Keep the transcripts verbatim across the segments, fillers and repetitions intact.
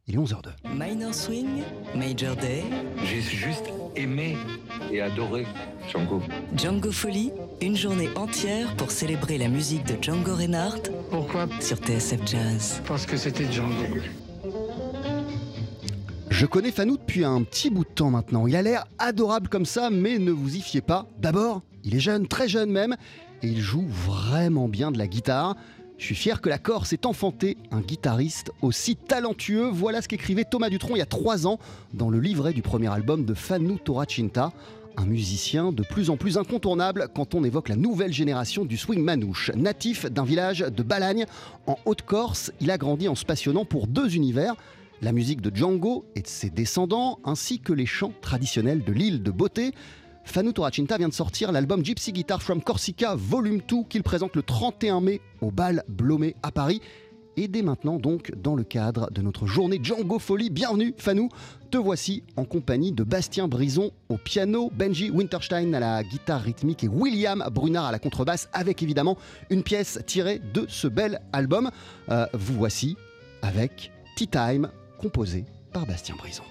il est onze heures zéro deux. Minor Swing, Major Day. J'ai juste aimé et adoré Django. Django Folie, une journée entière pour célébrer la musique de Django Reinhardt. Pourquoi ? Sur T S F Jazz. Parce que c'était Django. Je connais Fanou depuis un petit bout de temps maintenant. Il a l'air adorable comme ça, mais ne vous y fiez pas. D'abord, il est jeune, très jeune même, et il joue vraiment bien de la guitare. Je suis fier que la Corse ait enfanté un guitariste aussi talentueux. Voilà ce qu'écrivait Thomas Dutronc il y a trois ans dans le livret du premier album de Fanou Toracinta. Un musicien de plus en plus incontournable quand on évoque la nouvelle génération du swing manouche. Natif d'un village de Balagne, en Haute-Corse, il a grandi en se passionnant pour deux univers, la musique de Django et de ses descendants, ainsi que les chants traditionnels de l'île de Beauté. Fanou Toracinta vient de sortir l'album Gypsy Guitar from Corsica Volume deux qu'il présente le trente et un mai au Bal Blomet à Paris. Et dès maintenant donc dans le cadre de notre journée Django Folie. Bienvenue Fanou, te voici en compagnie de Bastien Brison au piano, Benji Winterstein à la guitare rythmique et William Brunard à la contrebasse, avec évidemment une pièce tirée de ce bel album. Euh, vous voici avec Tea Time, composé par Bastien Brison.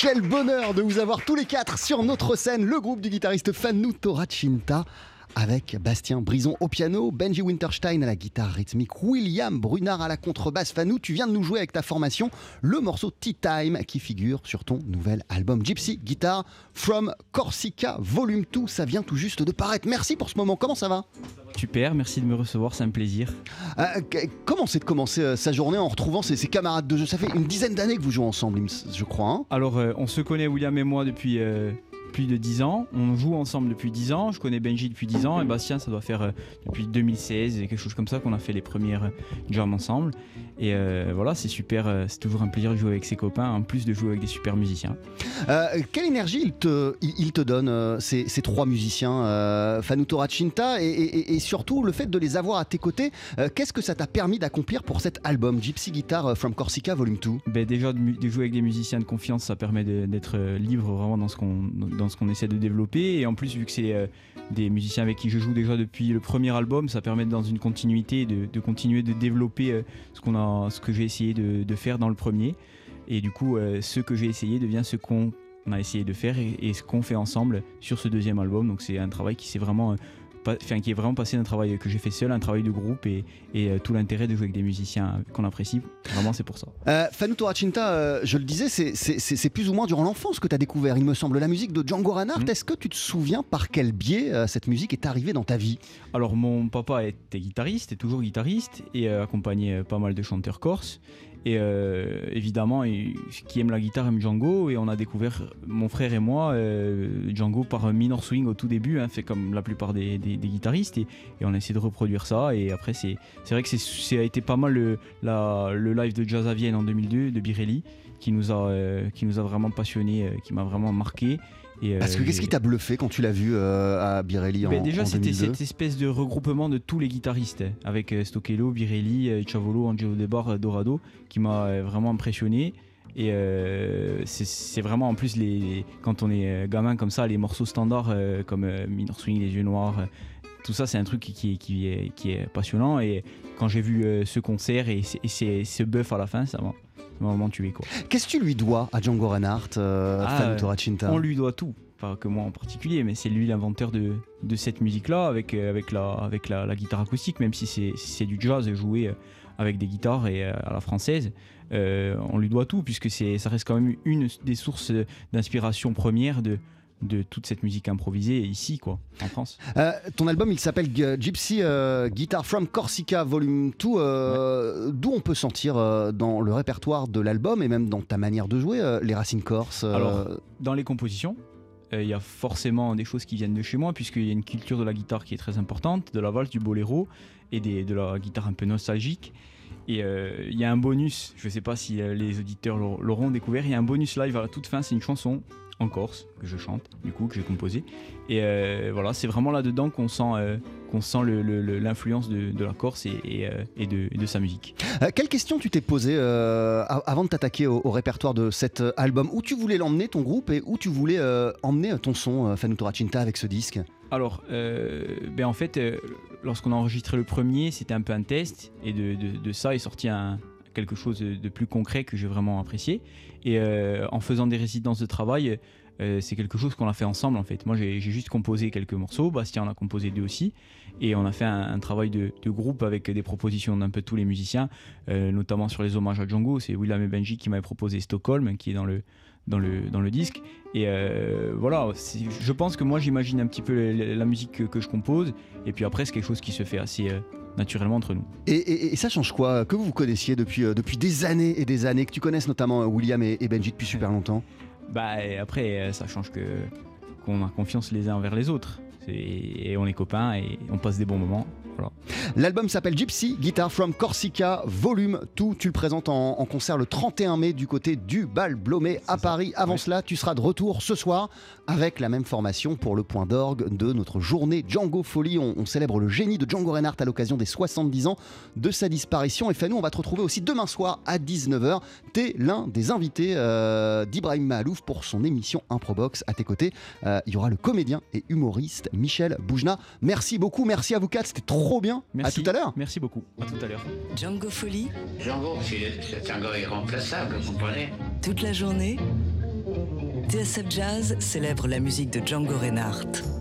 Quel bonheur de vous avoir tous les quatre sur notre scène, le groupe du guitariste Fanu Toracinta, avec Bastien Brison au piano, Benji Winterstein à la guitare rythmique, William Brunard à la contrebasse. Fanu, tu viens de nous jouer avec ta formation le morceau Tea Time qui figure sur ton nouvel album Gypsy Guitar from Corsica Volume deux. Ça vient tout juste de paraître. Merci pour ce moment. Comment ça va ? Super, merci de me recevoir, c'est un plaisir. Euh, comment c'est de commencer euh, sa journée en retrouvant ses, ses camarades de jeu ? Ça fait une dizaine d'années que vous jouez ensemble, je crois. Hein. Alors, euh, on se connaît, William et moi, depuis... Euh... plus de dix ans, on joue ensemble depuis dix ans, je connais Benji depuis dix ans et Bastien ça doit faire euh, depuis deux mille seize, quelque chose comme ça qu'on a fait les premières jams ensemble et euh, voilà c'est super, euh, c'est toujours un plaisir de jouer avec ses copains en plus de jouer avec des super musiciens. Euh, quelle énergie ils te, ils, ils te donnent euh, ces, ces trois musiciens, euh, Fanu Toracinta et, et, et surtout le fait de les avoir à tes côtés, euh, qu'est-ce que ça t'a permis d'accomplir pour cet album Gypsy Guitar from Corsica Volume deux ? Ben déjà de, de jouer avec des musiciens de confiance ça permet de, d'être libre vraiment dans ce qu'on dans ce qu'on essaie de développer et en plus vu que c'est euh, des musiciens avec qui je joue déjà depuis le premier album ça permet dans une continuité de, de continuer de développer euh, ce, qu'on a, ce que j'ai essayé de, de faire dans le premier et du coup euh, ce que j'ai essayé devient ce qu'on a essayé de faire et, et ce qu'on fait ensemble sur ce deuxième album donc c'est un travail qui s'est vraiment euh, Enfin, qui est vraiment passé d'un travail que j'ai fait seul, un travail de groupe et, et euh, tout l'intérêt de jouer avec des musiciens qu'on apprécie, vraiment c'est pour ça. Euh, Fanu Toracinta, euh, je le disais, c'est, c'est, c'est, c'est plus ou moins durant l'enfance que tu as découvert, il me semble, la musique de Django Reinhardt. Mmh. Est-ce que tu te souviens par quel biais euh, cette musique est arrivée dans ta vie ? Alors mon papa était guitariste, est toujours guitariste et euh, accompagnait pas mal de chanteurs corses. Et euh, évidemment, et, qui aime la guitare aime Django. Et on a découvert, mon frère et moi, euh, Django par Minor Swing au tout début, hein, fait comme la plupart des, des, des guitaristes. Et, et on a essayé de reproduire ça. Et après, c'est, c'est vrai que c'est, ça a été pas mal le, la, le live de Jazz à Vienne en deux mille deux de Birelli qui nous a, euh, qui nous a vraiment passionnés, euh, qui m'a vraiment marqué. Et Parce que euh, qu'est-ce qui t'a bluffé quand tu l'as vu euh, à Birelli en, ben déjà, en deux mille deux ? Déjà, c'était cette espèce de regroupement de tous les guitaristes, avec euh, Stochello, Birelli, euh, Chavolo, Angelo Debar, euh, Dorado, qui m'a euh, vraiment impressionné. Et euh, c'est, c'est vraiment en plus, les, les, quand on est euh, gamin comme ça, les morceaux standards euh, comme euh, Minor Swing, Les Yeux Noirs, euh, tout ça, c'est un truc qui, qui, qui, est, qui est passionnant. Et quand j'ai vu euh, ce concert et, et, et ce buff à la fin, ça m'a vraiment tué, quoi. Qu'est-ce que tu lui dois à Django Reinhardt, euh, ah, Fanu Toracinta ? On lui doit tout. Pas que moi en particulier, mais c'est lui l'inventeur de, de cette musique-là avec, avec, la, avec la, la guitare acoustique, même si c'est, si c'est du jazz joué avec des guitares et à la française. Euh, on lui doit tout, puisque c'est, ça reste quand même une des sources d'inspiration première de, de toute cette musique improvisée ici, quoi, en France. Euh, ton album, il s'appelle Gypsy euh, Guitar from Corsica Volume deux. Euh, ouais. D'où on peut sentir euh, dans le répertoire de l'album et même dans ta manière de jouer euh, les racines corses euh... Alors, dans les compositions, il euh, y a forcément des choses qui viennent de chez moi, puisqu'il y a une culture de la guitare qui est très importante, de la valse, du boléro et des, de la guitare un peu nostalgique. Et il euh, y a un bonus, je ne sais pas si euh, les auditeurs l'auront découvert, il y a un bonus live à la toute fin, c'est une chanson en Corse que je chante, du coup, que j'ai composée. Et euh, voilà, c'est vraiment là-dedans qu'on sent, euh, qu'on sent le, le, l'influence de, de la Corse et, et, euh, et, de, et de sa musique. Euh, quelle question tu t'es posée euh, avant de t'attaquer au, au répertoire de cet album ? Où tu voulais l'emmener, ton groupe, et où tu voulais euh, emmener ton son, euh, Fanu Toracinta, avec ce disque ? Alors, euh, ben en fait, euh, lorsqu'on a enregistré le premier, c'était un peu un test, et de, de, de ça est sorti un, quelque chose de plus concret que j'ai vraiment apprécié. Et euh, en faisant des résidences de travail, euh, c'est quelque chose qu'on a fait ensemble en fait. Moi, j'ai, j'ai juste composé quelques morceaux, Bastien en a composé deux aussi, et on a fait un, un travail de, de groupe avec des propositions d'un peu tous les musiciens, euh, notamment sur les hommages à Django. C'est William et Benji qui m'avaient proposé Stockholm, qui est dans le dans le, dans le disque. Et euh, voilà, je pense que moi j'imagine un petit peu la, la musique que, que je compose, et puis après c'est quelque chose qui se fait assez euh, naturellement entre nous. Et, et, et ça change quoi ? Que vous vous connaissiez depuis, euh, depuis des années et des années, que tu connaisses notamment euh, William et, et Benji depuis super longtemps ? Bah après ça change que, qu'on a confiance les uns envers les autres. C'est, et on est copains et on passe des bons moments. Voilà. L'album s'appelle Gypsy Guitar from Corsica Volume deux. Tu le présentes en, en concert le trente et un mai du côté du Bal Blomet à Paris. Avant oui. cela, tu seras de retour ce soir avec la même formation pour le point d'orgue de notre journée Django Folie. On, on célèbre le génie de Django Reinhardt à l'occasion des soixante-dix ans de sa disparition. Et Fanu, on va te retrouver aussi demain soir à dix-neuf heures. T'es l'un des invités euh, d'Ibrahim Mahalouf pour son émission Improbox. À tes côtés, euh, il y aura le comédien et humoriste Michel Boujna. Merci beaucoup, merci à vous quatre, c'était trop bien. Merci. À tout à l'heure. Merci beaucoup, à tout à l'heure. Django Folie. Django, c'est, c'est un gars irremplaçable, vous comprenez ? Toute la journée. T S F Jazz célèbre la musique de Django Reinhardt.